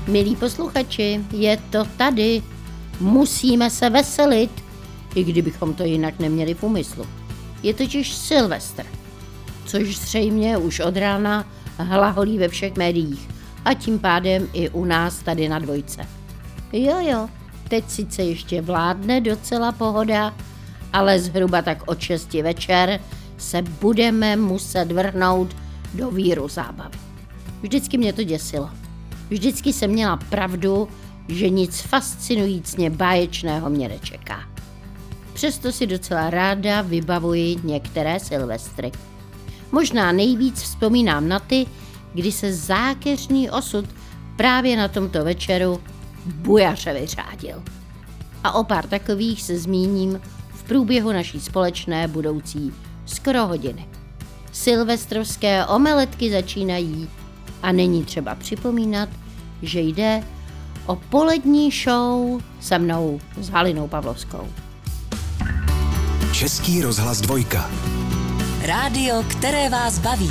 Milí posluchači, je to tady. Musíme se veselit, i kdybychom to jinak neměli v úmyslu. Je totiž Silvestr, což zřejmě už od rána hlaholí ve všech médiích a tím pádem i u nás tady na Dvojce. Jo, teď sice ještě vládne docela pohoda, ale zhruba tak od 6 večer se budeme muset vrhnout do víru zábavy. Vždycky mě to děsilo. Vždycky jsem měla pravdu, že nic fascinujícně báječného mě nečeká. Přesto si docela ráda vybavuji některé Silvestry. Možná nejvíc vzpomínám na ty, kdy se zákeřný osud právě na tomto večeru bujaře vyřádil. A o pár takových se zmíním v průběhu naší společné budoucí skoro hodiny. Silvestrovské omeletky začínají a není třeba připomínat, že jde o polední show se mnou s Halinou Pavlovskou. Český rozhlas Dvojka. Rádio, které vás baví.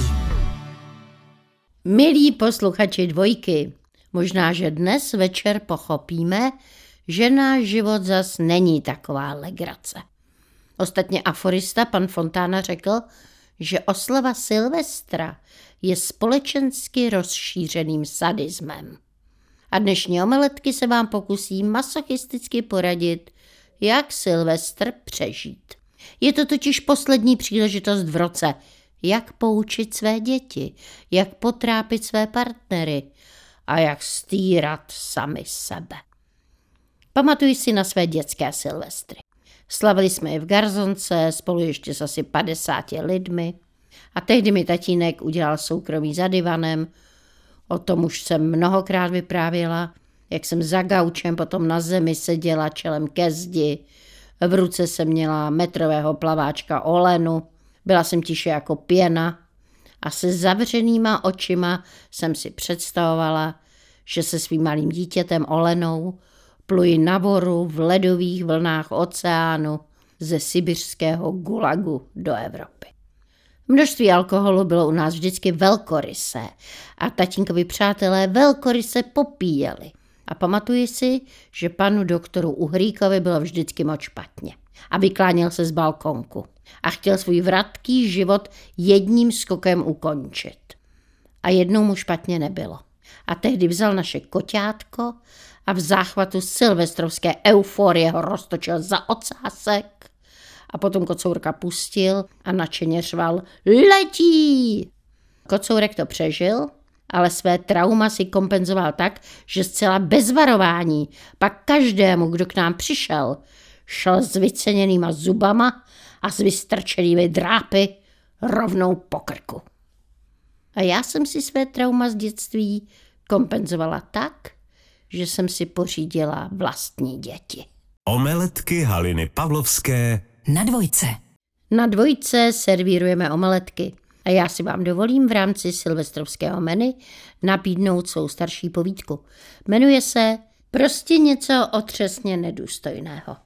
Milí posluchači Dvojky, možná, že dnes večer pochopíme, že náš život zas není taková legrace. Ostatně aforista pan Fontána řekl, že oslava Silvestra je společensky rozšířeným sadismem. A dnešní omeletky se vám pokusí masochisticky poradit, jak Silvestr přežít. Je to totiž poslední příležitost v roce, jak poučit své děti, jak potrápit své partnery a jak stýrat sami sebe. Pamatuji si na své dětské Silvestry. Slavili jsme je v garzonce spolu ještě s asi 50 lidmi a tehdy mi tatínek udělal soukromí za divanem. O tom už jsem mnohokrát vyprávěla, jak jsem za gaučem potom na zemi seděla čelem ke zdi. V ruce jsem měla metrového plaváčka Olenu, byla jsem tiše jako pěna a se zavřenýma očima jsem si představovala, že se svým malým dítětem Olenou pluji na voru v ledových vlnách oceánu ze sibiřského gulagu do Evropy. Množství alkoholu bylo u nás vždycky velkorysé a tatínkovi přátelé velkoryse popíjeli. A pamatuji si, že panu doktoru Uhlíkovi bylo vždycky moc špatně a vykláněl se z balkonku a chtěl svůj vratký život jedním skokem ukončit. A jednou mu špatně nebylo. A tehdy vzal naše koťátko a v záchvatu silvestrovské euforie ho roztočil za ocásek a potom kocourka pustil a nadšeně řval: letí! Kocourek to přežil, ale své trauma si kompenzoval tak, že zcela bez varování pak každému, kdo k nám přišel, šel s vyceněnýma zubama a s vystrčenými drápy rovnou po krku. A já jsem si své trauma z dětství kompenzovala tak, že jsem si pořídila vlastní děti. Omeletky Haliny Pavlovské Na Dvojce. Na Dvojce servírujeme omeletky a já si vám dovolím v rámci silvestrovského menu nabídnout svou starší povídku. Jmenuje se Prostě něco otřesně nedůstojného.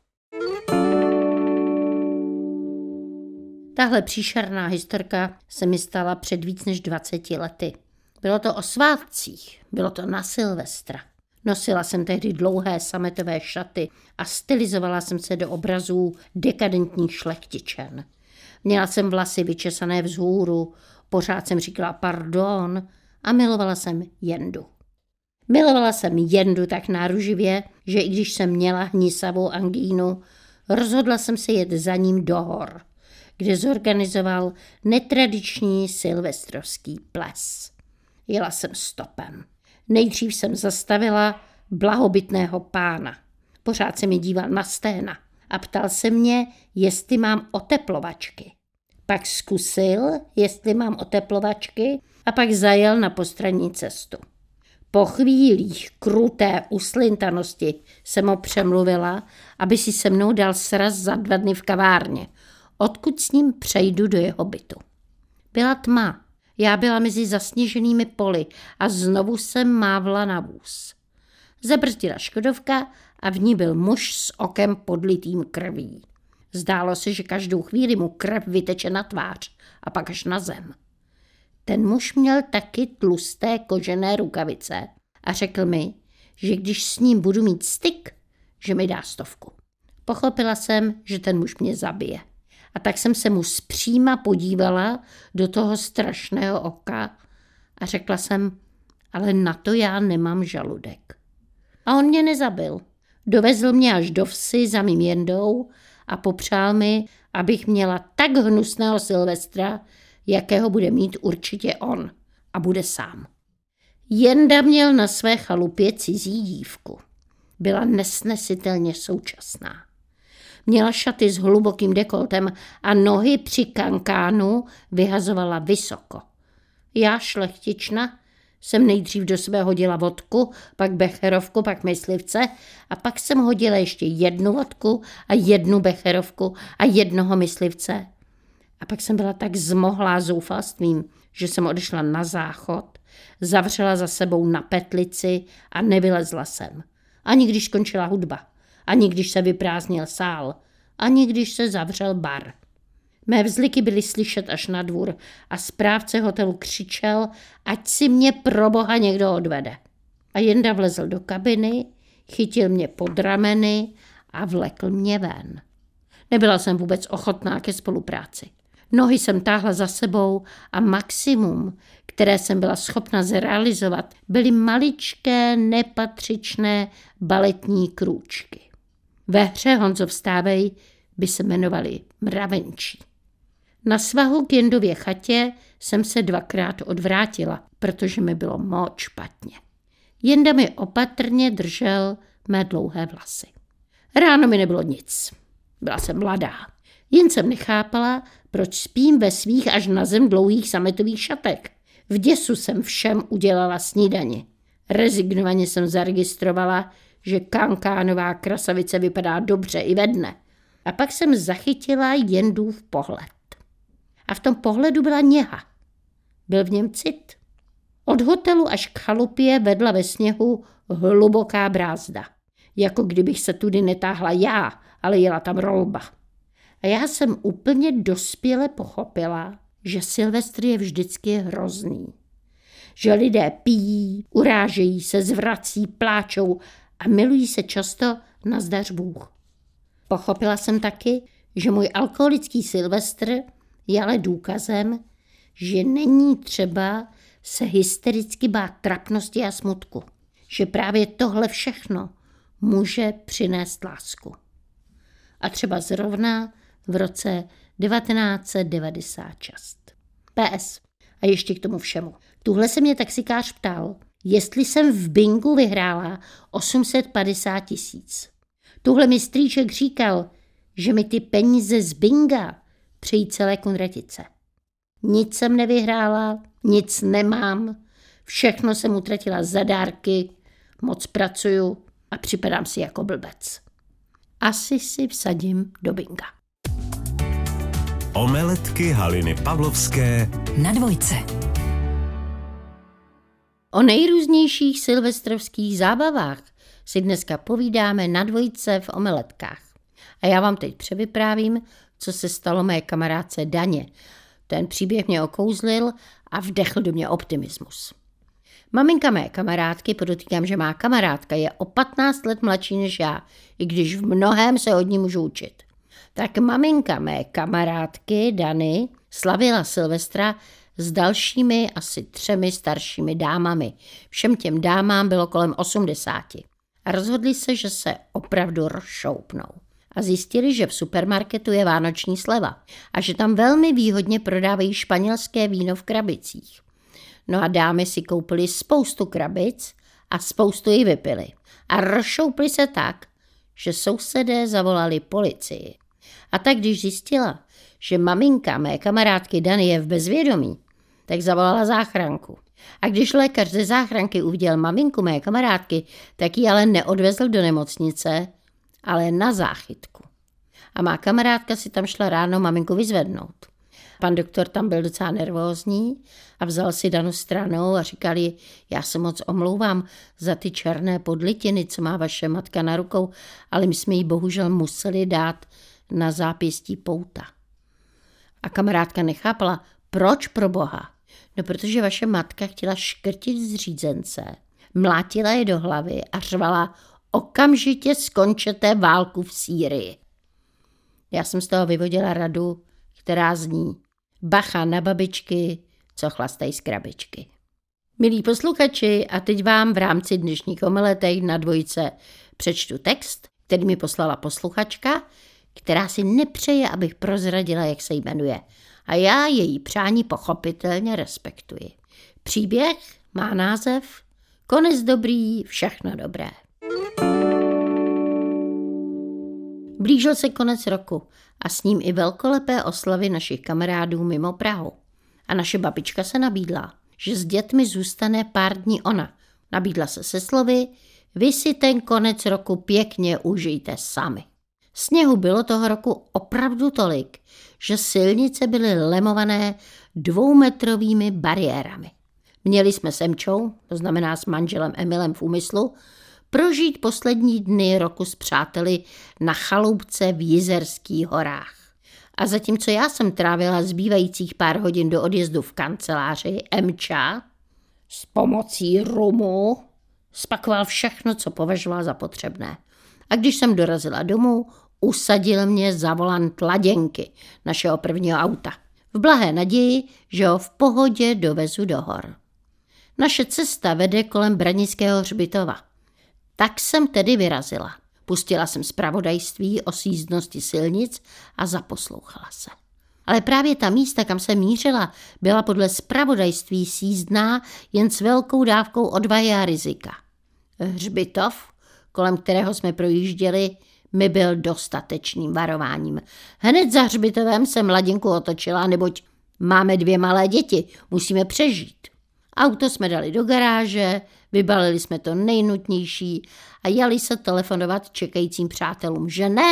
Tahle příšerná historka se mi stala před víc než 20 lety. Bylo to o svátcích, bylo to na Silvestra. Nosila jsem tehdy dlouhé sametové šaty a stylizovala jsem se do obrazů dekadentních šlechtičen. Měla jsem vlasy vyčesané vzhůru, pořád jsem říkala pardon a milovala jsem Jendu. Milovala jsem Jendu tak náruživě, že i když jsem měla hnisavou angínu, rozhodla jsem se jet za ním do hor, kde zorganizoval netradiční silvestrovský ples. Jela jsem stopem. Nejdřív jsem zastavila blahobytného pána. Pořád se mi díval na sténa a ptal se mě, jestli mám oteplovačky. Pak zkusil, jestli mám oteplovačky a pak zajel na postranní cestu. Po chvílích kruté uslintanosti jsem ho přemluvila, aby si se mnou dal sraz za 2 dny v kavárně, odkud s ním přejdu do jeho bytu. Byla tma. Já byla mezi zasněženými poli a znovu jsem mávla na vůz. Zabrzdila škodovka a v ní byl muž s okem podlitým krví. Zdálo se, že každou chvíli mu krev vyteče na tvář a pak až na zem. Ten muž měl taky tlusté kožené rukavice a řekl mi, že když s ním budu mít styk, že mi dá 100. Pochopila jsem, že ten muž mě zabije. A tak jsem se mu zpříma podívala do toho strašného oka a řekla jsem, ale na to já nemám žaludek. A on mě nezabil. Dovezl mě až do vsi za mým Jendou a popřál mi, abych měla tak hnusného Silvestra, jakého bude mít určitě on. A bude sám. Jenda měl na své chalupě cizí dívku. Byla nesnesitelně současná. Měla šaty s hlubokým dekoltem a nohy při kankánu vyhazovala vysoko. Já, šlechtična, jsem nejdřív do sebe hodila vodku, pak becherovku, pak myslivce a pak jsem hodila ještě 1 vodku a 1 becherovku a 1 myslivce. A pak jsem byla tak zmohlá zoufalstvím, že jsem odešla na záchod, zavřela za sebou na petlici a nevylezla jsem. Ani když skončila hudba, ani když se vyprázdnil sál, ani když se zavřel bar. Mé vzliky byly slyšet až na dvůr a správce hotelu křičel, ať si mě pro boha někdo odvede. A Jenda vlezl do kabiny, chytil mě pod rameny a vlekl mě ven. Nebyla jsem vůbec ochotná ke spolupráci. Nohy jsem táhla za sebou a maximum, které jsem byla schopna zrealizovat, byly maličké, nepatřičné baletní krůčky. Ve hře Honzo vstávej by se jmenovali mravenčí. Na svahu k Jendově chatě jsem se 2krát odvrátila, protože mi bylo moc špatně. Jenda mi opatrně držel mé dlouhé vlasy. Ráno mi nebylo nic. Byla jsem mladá. Jen jsem nechápala, proč spím ve svých až na zem dlouhých sametových šatek. V děsu jsem všem udělala snídani. Rezignovaně jsem zaregistrovala, že kankánová krasavice vypadá dobře i ve dne. A pak jsem zachytila Jendův pohled. A v tom pohledu byla něha. Byl v něm cit. Od hotelu až k chalupě vedla ve sněhu hluboká brázda. Jako kdybych se tudy netáhla já, ale jela tam rolba. A já jsem úplně dospěle pochopila, že Silvestr je vždycky hrozný. Že lidé pijí, urážejí se, zvrací, pláčou a milují se často na zdař Bůh. Pochopila jsem taky, že můj alkoholický Silvestr je ale důkazem, že není třeba se hystericky bát trapnosti a smutku. Že právě tohle všechno může přinést lásku. A třeba zrovna v roce 1996. PS. A ještě k tomu všemu. Tuhle se mě taxikář ptal, jestli jsem v bingu vyhrála 850 000. Tuhle mi strýček říkal, že mi ty peníze z binga přejí celé Kunratice. Nic jsem nevyhrála, nic nemám, všechno jsem utratila za dárky, moc pracuju a připadám si jako blbec. Asi si vsadím do binga. Omeletky Haliny Pavlovské na Dvojce. O nejrůznějších silvestrovských zábavách si dneska povídáme na Dvojce v Omeletkách. A já vám teď převyprávím, co se stalo mé kamarádce Daně. Ten příběh mě okouzlil a vdechl do mě optimismus. Maminka mé kamarádky, podotýkám, že má kamarádka je o 15 let mladší než já, i když v mnohém se od ní můžu učit. Tak maminka mé kamarádky Dany slavila Silvestra s dalšími asi 3 staršími dámami. Všem těm dámám bylo kolem 80. A rozhodli se, že se opravdu rozšoupnou. A zjistili, že v supermarketu je vánoční sleva a že tam velmi výhodně prodávají španělské víno v krabicích. No a dámy si koupily spoustu krabic a spoustu ji vypili. A rozšoupli se tak, že sousedé zavolali policii. A tak když zjistila, že maminka mé kamarádky Dany je v bezvědomí, tak zavolala záchranku. A když lékař ze záchranky uviděl maminku mé kamarádky, tak ji ale neodvezl do nemocnice, ale na záchytku. A má kamarádka si tam šla ráno maminku vyzvednout. Pan doktor tam byl docela nervózní a vzal si Danu stranou a říkal jí, já se moc omlouvám za ty černé podlitiny, co má vaše matka na rukou, ale my jsme jí bohužel museli dát na zápěstí pouta. A kamarádka nechápala, proč pro boha? No protože vaše matka chtěla škrtit z řízence mlátila je do hlavy a řvala: okamžitě skončete válku v Sýrii. Já jsem z toho vyvodila radu, která zní: bacha na babičky, co chlastají z krabičky. Milí posluchači, a teď vám v rámci dnešních omeletek na Dvojce přečtu text, který mi poslala posluchačka, která si nepřeje, abych prozradila, jak se jmenuje. A já její přání pochopitelně respektuji. Příběh má název Konec dobrý, všechno dobré. Blížil se konec roku a s ním i velkolepé oslavy našich kamarádů mimo Prahu. A naše babička se nabídla, že s dětmi zůstane pár dní ona. Nabídla se slovy: vy si ten konec roku pěkně užijte sami. Sněhu bylo toho roku opravdu tolik, že silnice byly lemované 2metrovými bariérami. Měli jsme s Emčou, to znamená s manželem Emilem v úmyslu, prožít poslední dny roku s přáteli na chaloupce v Jizerských horách. A zatímco já jsem trávila zbývajících pár hodin do odjezdu v kanceláři, Emča s pomocí rumu spakoval všechno, co považoval za potřebné. A když jsem dorazila domů, usadil mě za volant Laděnky, našeho prvního auta. V blahé naději, že ho v pohodě dovezu do hor. Naše cesta vede kolem Branického hřbitova. Tak jsem tedy vyrazila. Pustila jsem zpravodajství o sjízdnosti silnic a zaposlouchala se. Ale právě ta místa, kam jsem mířila, byla podle zpravodajství sjízdná jen s velkou dávkou odvahy a rizika. Hřbitov, kolem kterého jsme projížděli, mi byl dostatečným varováním. Hned za hřbitovem jsem Laděnku otočila, neboť máme 2 malé děti, musíme přežít. Auto jsme dali do garáže, vybalili jsme to nejnutnější a jeli se telefonovat čekajícím přátelům,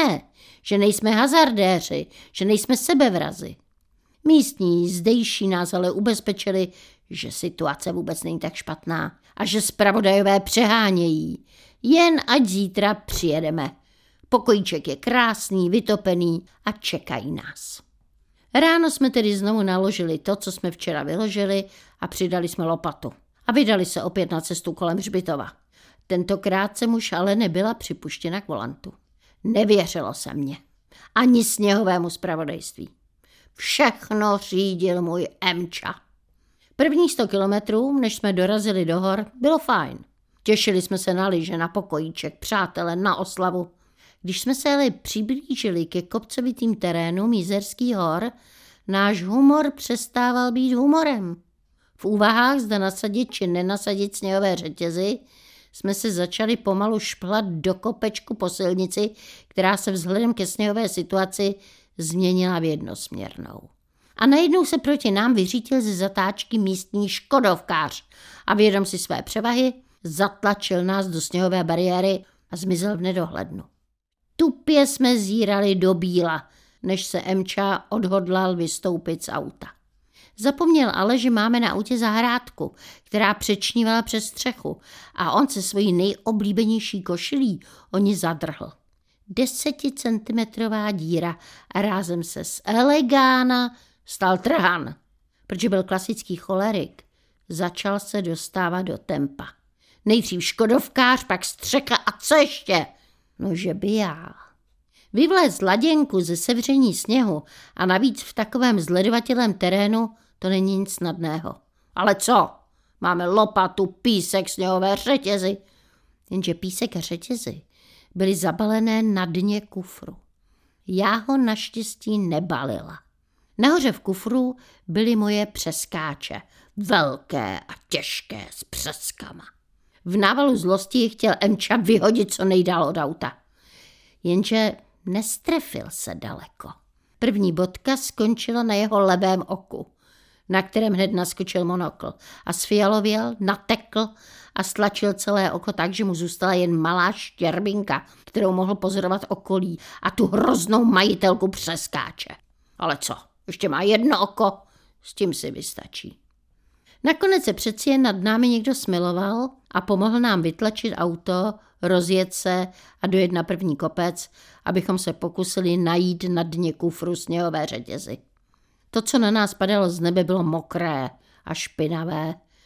že nejsme hazardéři, že nejsme sebevrazi. Místní zdejší nás ale ubezpečili, že situace vůbec není tak špatná a že zpravodajové přehánějí. Jen ať zítra přijedeme. Pokojíček je krásný, vytopený a čekají nás. Ráno jsme tedy znovu naložili to, co jsme včera vyložili, a přidali jsme lopatu. A vydali se opět na cestu kolem hřbitova. Tentokrát jsem už ale nebyla připuštěna k volantu. Nevěřilo se mně. Ani sněhovému zpravodajství. Všechno řídil můj Emča. Prvních 100 kilometrů, než jsme dorazili do hor, bylo fajn. Těšili jsme se na lyže, na pokojíček, přátelé, na oslavu. Když jsme se ale přiblížili ke kopcovitým terénům Jizerských hor, náš humor přestával být humorem. V úvahách, zda nasadit či nenasadit sněhové řetězy, jsme se začali pomalu šplat do kopečku po silnici, která se vzhledem ke sněhové situaci změnila v jednosměrnou. A najednou se proti nám vyřítil ze zatáčky místní škodovkář a vědom si své převahy zatlačil nás do sněhové bariéry a zmizel v nedohlednu. Tupě jsme zírali do bíla, než se Emča odhodlal vystoupit z auta. Zapomněl ale, že máme na autě zahrádku, která přečnívala přes střechu, a on se svojí nejoblíbenější košilí o ní zadrhl. 10centimetrová díra a rázem se z elegána stal trhan. Protože byl klasický cholerik, začal se dostávat do tempa. Nejdřív škodovkář, pak střeka a co ještě? No, že by já. Vyvlézt Laděnku ze sevření sněhu a navíc v takovém zledovatělém terénu, to není nic snadného. Ale co? Máme lopatu, písek, sněhové řetězy. Jenže písek a řetězy byly zabalené na dně kufru. Já ho naštěstí nebalila. Nahoře v kufru byly moje přeskáče, velké a těžké s přeskama. V návalu zlosti chtěl Emča vyhodit co nejdál od auta. Jenže nestrefil se daleko. První bodka skončila na jeho levém oku, na kterém hned naskočil monokl a sfialověl, natekl a stlačil celé oko tak, že mu zůstala jen malá štěrbinka, kterou mohl pozorovat okolí a tu hroznou majitelku přeskáče. Ale co, ještě má jedno oko, s tím si vystačí. Nakonec se přeci jen nad námi někdo smiloval a pomohl nám vytlačit auto, rozjet se a dojet na první kopec, abychom se pokusili najít na dně kufru sněhové řetězy. To, co na nás padalo z nebe, bylo mokré a špinavé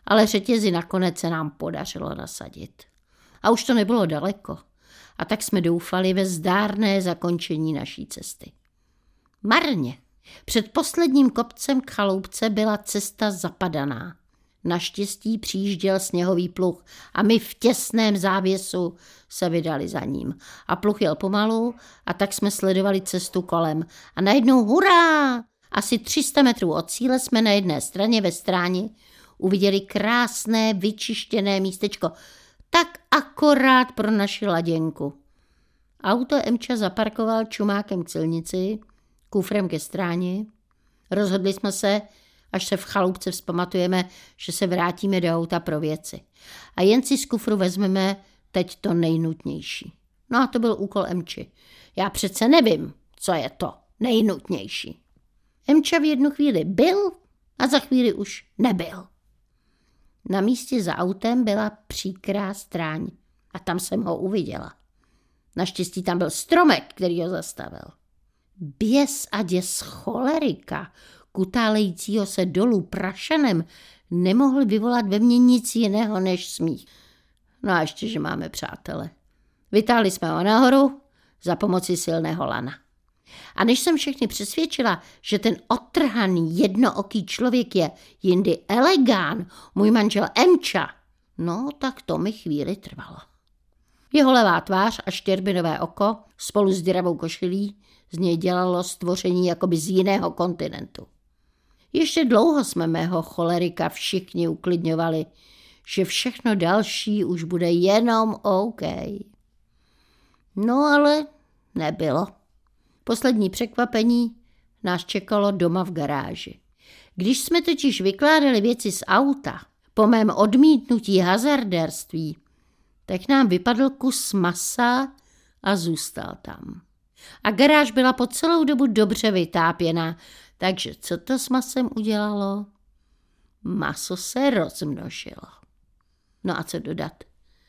ale řetězy nakonec se nám podařilo nasadit. A už to nebylo daleko. A tak jsme doufali ve zdárné zakončení naší cesty. Marně. Před posledním kopcem k chaloupce byla cesta zapadaná. Naštěstí přijížděl sněhový pluh a my v těsném závěsu se vydali za ním. A pluh jel pomalu a tak jsme sledovali cestu kolem. A najednou hurá! Asi 300 metrů od cíle jsme na jedné straně ve stráni uviděli krásné vyčištěné místečko. Tak akorát pro naši laděnku. Auto Emča zaparkoval čumákem k silnici, kufrem ke stráni. Rozhodli jsme se, až se v chaloupce vzpamatujeme, že se vrátíme do auta pro věci. A jen si z kufru vezmeme teď to nejnutnější. No a to byl úkol Emči. Já přece nevím, co je to nejnutnější. Emča v jednu chvíli byl a za chvíli už nebyl. Na místě za autem byla příkrá stráň a tam jsem ho uviděla. Naštěstí tam byl stromek, který ho zastavil. Běs a děs cholerika, kutálejícího se dolů prašanem, nemohl vyvolat ve mně nic jiného než smích. No a ještě, že máme přátele. Vytáhli jsme ho nahoru za pomoci silného lana. A než jsem všechny přesvědčila, že ten odtrhaný jednooký člověk je jindy Elegán, můj manžel Emča, no tak to mi chvíli trvalo. Jeho levá tvář a štěrbinové oko spolu s děravou košilí z něj dělalo stvoření jakoby z jiného kontinentu. Ještě dlouho jsme mého cholerika všichni uklidňovali, že všechno další už bude jenom OK. No ale nebylo. Poslední překvapení nás čekalo doma v garáži. Když jsme totiž vykládali věci z auta, po mém odmítnutí hazardérství, tak nám vypadl kus masa a zůstal tam. A garáž byla po celou dobu dobře vytápěná, takže co to s masem udělalo? Maso se rozmnožilo. No a co dodat?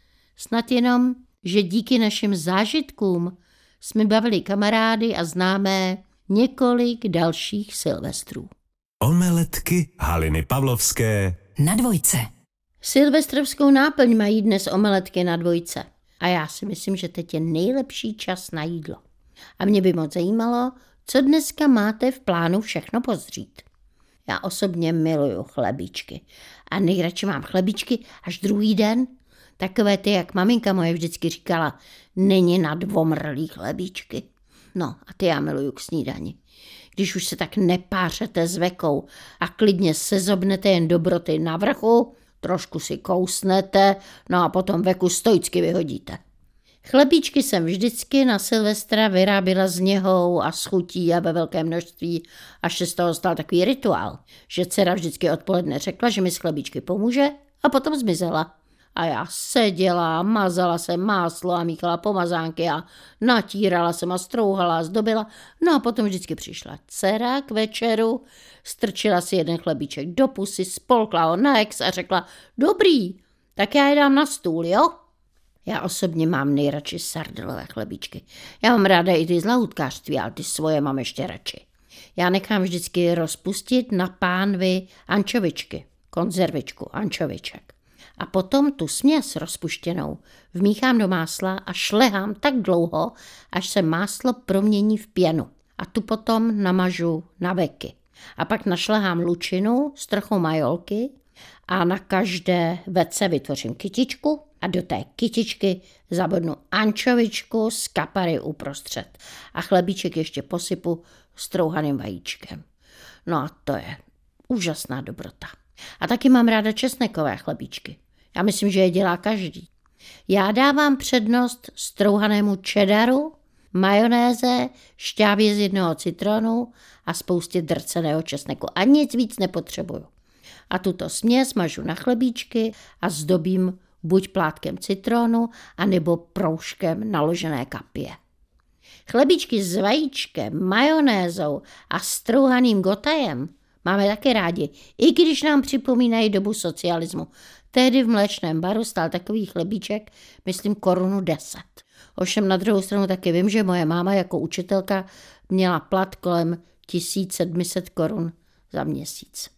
Snad jenom, že díky našim zážitkům jsme bavili kamarády a známé několik dalších Silvestrů. Omeletky Haliny Pavlovské na Dvojce. Silvestrovskou náplň mají dnes omeletky na Dvojce. A já si myslím, že teď je nejlepší čas na jídlo. A mě by moc zajímalo, co dneska máte v plánu všechno pozřít. Já osobně miluju chlebíčky. A nejradši mám chlebíčky až druhý den. Takové ty, jak maminka moje vždycky říkala, není na dvomrlý chlebíčky. No a ty já miluju k snídani. Když už se tak nepářete s vekou a klidně sezobnete jen dobroty na vrchu, trošku si kousnete, no a potom veku stoicky vyhodíte. Chlebíčky jsem vždycky na Silvestra vyráběla s něhou a s chutí a ve velké množství, až se z toho stal takový rituál, že dcera vždycky odpoledne řekla, že mi s chlebíčky pomůže a potom zmizela. A já seděla, mazala jsem máslo a míchala pomazánky a natírala jsem a strouhala a zdobila. No a potom vždycky přišla dcera k večeru, strčila si jeden chlebíček do pusy, spolkla ho na ex a řekla, dobrý, tak já je dám na stůl, jo? Já osobně mám nejradši sardelové chlebíčky. Já mám ráda i ty z lahůdkářství, ale ty svoje mám ještě radši. Já nechám vždycky rozpustit na pánvi ančovičky, konzervičku ančoviček. A potom tu směs rozpuštěnou vmíchám do másla a šlehám tak dlouho, až se máslo promění v pěnu. A tu potom namažu na veky. A pak našlehám lučinu s trochou majolky a na každé vece vytvořím kytičku a do té kytičky zabodnu ančovičku z kapary uprostřed. A chlebíček ještě posypu strouhaným vajíčkem. No a to je úžasná dobrota. A taky mám ráda česnekové chlebíčky. Já myslím, že je dělá každý. Já dávám přednost strouhanému čedaru, majonéze, šťávě z jednoho citronu a spoustě drceného česneku. A nic víc nepotřebuju. A tuto směs mažu na chlebíčky a zdobím buď plátkem citronu, anebo proužkem naložené kapie. Chlebíčky s vajíčkem, majonézou a strouhaným gotajem máme taky rádi, i když nám připomínají dobu socialismu. Tehdy v mléčném baru stál takový chlebíček, myslím, 1,10 Kč. Ovšem na druhou stranu taky vím, že moje máma jako učitelka měla plat kolem 1700 korun za měsíc.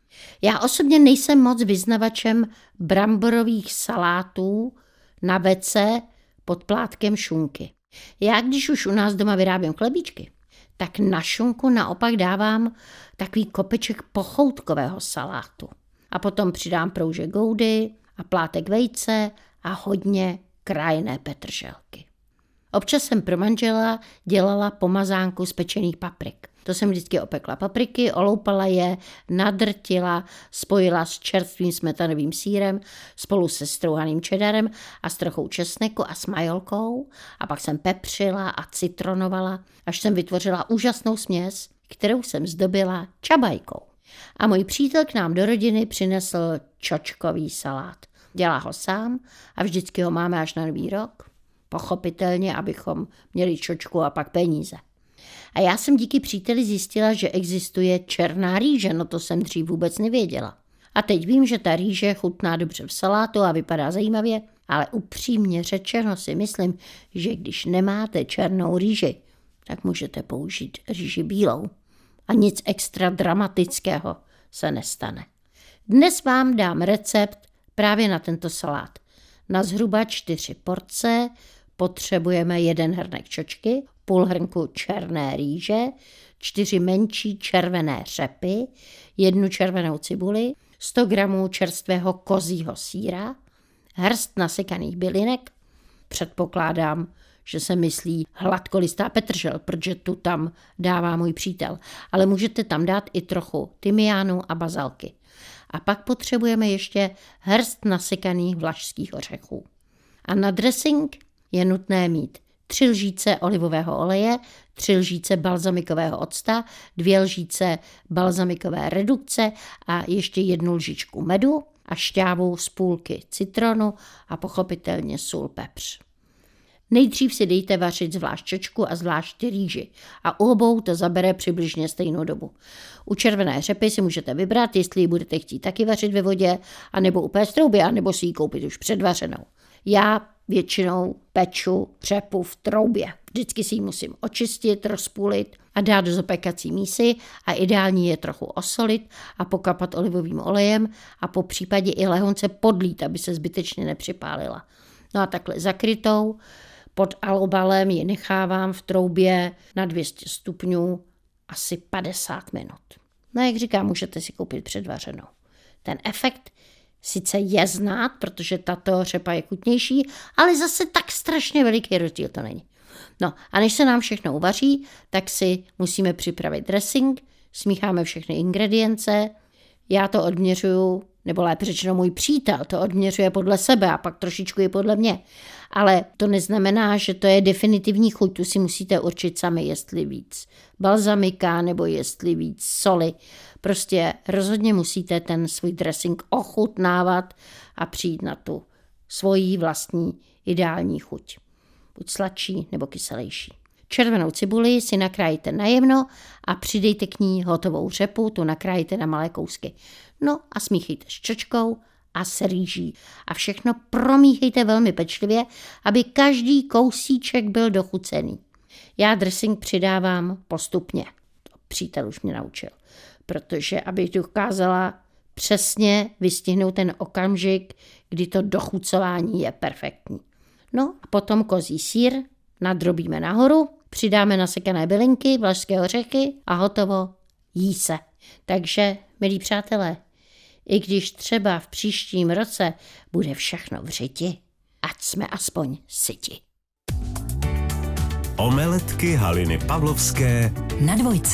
Já osobně nejsem moc vyznavačem bramborových salátů na vece pod plátkem šunky. Já, když už u nás doma vyrábím chlebíčky, tak na šunku naopak dávám takový kopeček pochoutkového salátu. A potom přidám proužek goudy a plátek vejce a hodně krájené petrželky. Občas jsem pro manžela dělala pomazánku z pečených paprik. To jsem vždycky opekla papriky, oloupala je, nadrtila, spojila s čerstvým smetanovým sýrem spolu se strouhaným čedarem a s trochou česneku a s majolkou a pak jsem pepřila a citronovala, až jsem vytvořila úžasnou směs, kterou jsem zdobila čabajkou. A můj přítel k nám do rodiny přinesl čočkový salát. Dělá ho sám a vždycky ho máme až na Nový rok. Pochopitelně, abychom měli čočku a pak peníze. A já jsem díky příteli zjistila, že existuje černá rýže, no to jsem dřív vůbec nevěděla. A teď vím, že ta rýže chutná dobře v salátu a vypadá zajímavě, ale upřímně řečeno si myslím, že když nemáte černou rýži, tak můžete použít rýži bílou. A nic extra dramatického se nestane. Dnes vám dám recept právě na tento salát. Na zhruba 4 porce potřebujeme 1 hrnek čočky, půl hrnku černé rýže, 4 menší červené řepy, 1 červenou cibuli, 100 gramů čerstvého kozího sýra, hrst nasekaných bylinek, předpokládám, že se myslí hladkolistá petržel, protože tu tam dává můj přítel, ale můžete tam dát i trochu tymiánu a bazalky. A pak potřebujeme ještě hrst nasekaných vlašských ořechů. A na dressing je nutné mít 3 lžíce olivového oleje, 3 lžíce balzamikového octa, 2 lžíce balzamikové redukce a ještě 1 lžičku medu a šťávu z půlky citronu a pochopitelně sůl, pepř. Nejdřív si dejte vařit zvlášť čočku a zvlášť rýži a u obou to zabere přibližně stejnou dobu. U červené řepy si můžete vybrat, jestli ji budete chtít taky vařit ve vodě, anebo upéct trouby, anebo si ji koupit už předvařenou. Já většinou peču řepu v troubě. Vždycky si ji musím očistit, rozpůlit a dát do zapekací mísy a ideální je trochu osolit a pokapat olivovým olejem a po případě i lehonce podlít, aby se zbytečně nepřipálila. No a takhle zakrytou pod alobalem ji nechávám v troubě na 200 stupňů asi 50 minut. No jak říkám, můžete si koupit předvařenou. Ten efekt sice je znát, protože tato řepa je chutnější, ale zase tak strašně veliký rozdíl to není. No a než se nám všechno uvaří, tak si musíme připravit dressing, smícháme všechny ingredience, já to odměřuju, nebo lépe řečeno můj přítel to odměřuje podle sebe a pak trošičku i podle mě. Ale to neznamená, že to je definitivní chuť, tu si musíte určit sami, jestli víc balzamika nebo jestli víc soli. Prostě rozhodně musíte ten svůj dressing ochutnávat a přijít na tu svoji vlastní ideální chuť. Buď sladší nebo kyselější. Červenou cibuli si nakrájíte na jemno a přidejte k ní hotovou řepu, tu nakrájíte na malé kousky. No a smíchejte s čočkou a s rýží. A všechno promíchejte velmi pečlivě, aby každý kousíček byl dochucený. Já dressing přidávám postupně. To přítel už mě naučil. Protože abych dokázala přesně vystihnout ten okamžik, kdy to dochucování je perfektní. No a potom kozí sýr nadrobíme nahoru, přidáme nasekané bylinky, vlašské ořechy a hotovo, jí se. Takže, milí přátelé, i když třeba v příštím roce bude všechno v řiti, ať jsme aspoň syti. Omeletky Haliny Pavlovské na Dvojce.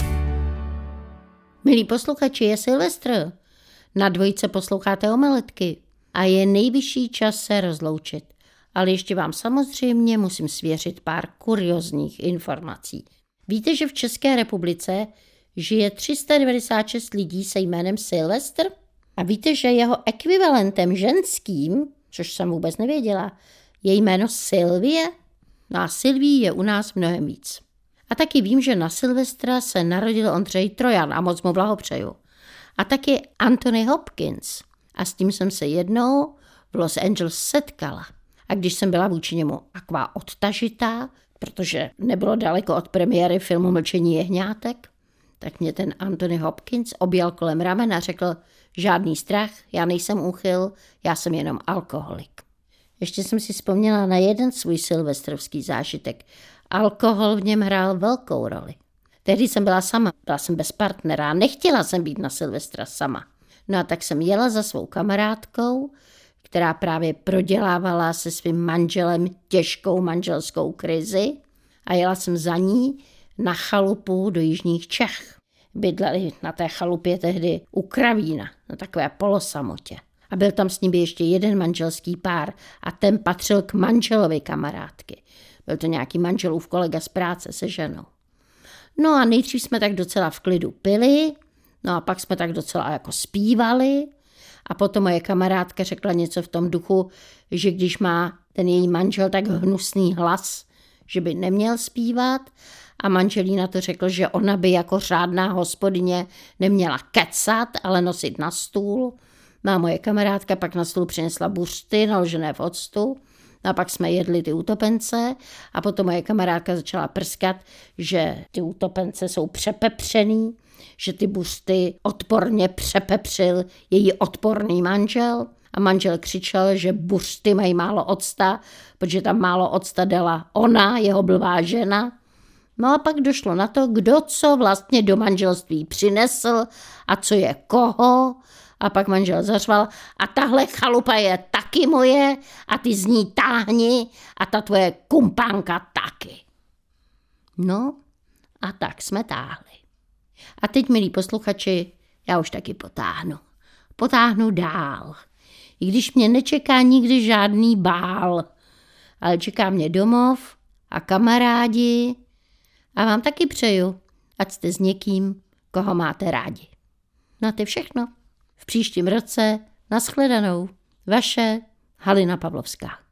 Milí posluchači, je Silvestr. Na Dvojce posloucháte Omeletky a je nejvyšší čas se rozloučit. Ale ještě vám samozřejmě musím svěřit pár kuriozních informací. Víte, že v České republice žije 396 lidí se jménem Silvestr? A víte, že jeho ekvivalentem ženským, což jsem vůbec nevěděla, je jméno Sylvie? No a Sylví je u nás mnohem víc. A taky vím, že na Silvestra se narodil Ondřej Trojan a moc mu blahopřeju. A taky Anthony Hopkins. A s tím jsem se jednou v Los Angeles setkala. A když jsem byla vůči němu taková odtažitá, protože nebylo daleko od premiéry filmu Mlčení jehňátek, Tak mě ten Anthony Hopkins objal kolem ramena a řekl, žádný strach, já nejsem úchyl, já jsem jenom alkoholik. Ještě jsem si vzpomněla na jeden svůj silvestrovský zážitek. Alkohol v něm hrál velkou roli. Tehdy jsem byla sama, byla jsem bez partnera a nechtěla jsem být na Silvestra sama. No a tak jsem jela za svou kamarádkou, která právě prodělávala se svým manželem těžkou manželskou krizi a jela jsem za ní na chalupu do jižních Čech. Bydleli na té chalupě tehdy u Kravína, na takové polosamotě. A byl tam s nimi ještě jeden manželský pár a ten patřil k manželovi kamarádky. Byl to nějaký manželův kolega z práce se ženou. No a nejdřív jsme tak docela v klidu pili, no a pak jsme tak docela jako zpívali a potom moje kamarádka řekla něco v tom duchu, že když má ten její manžel tak hnusný hlas, že by neměl zpívat a manžel jí na to řekl, že ona by jako řádná hospodyně neměla kecat, ale nosit na stůl. No a moje kamarádka pak na stůl přinesla buřty naložené v octu. No a pak jsme jedli ty utopence a potom moje kamarádka začala prskat, že ty utopence jsou přepepřený, že ty buřty odporně přepepřil její odporný manžel a manžel křičel, že buřty mají málo octa, protože tam málo octa dala ona, jeho blbá žena. No a pak došlo na to, kdo co vlastně do manželství přinesl a co je koho. A pak manžel zařval a tahle chalupa je taky moje a ty z ní táhni a ta tvoje kumpánka taky. No a tak jsme táhli. A teď, milí posluchači, já už taky potáhnu. Potáhnu dál. I když mě nečeká nikdy žádný bál, ale čeká mě domov a kamarádi a vám taky přeju, ať jste s někým, koho máte rádi. No a to je všechno. V příštím roce nashledanou. Vaše Halina Pavlovská.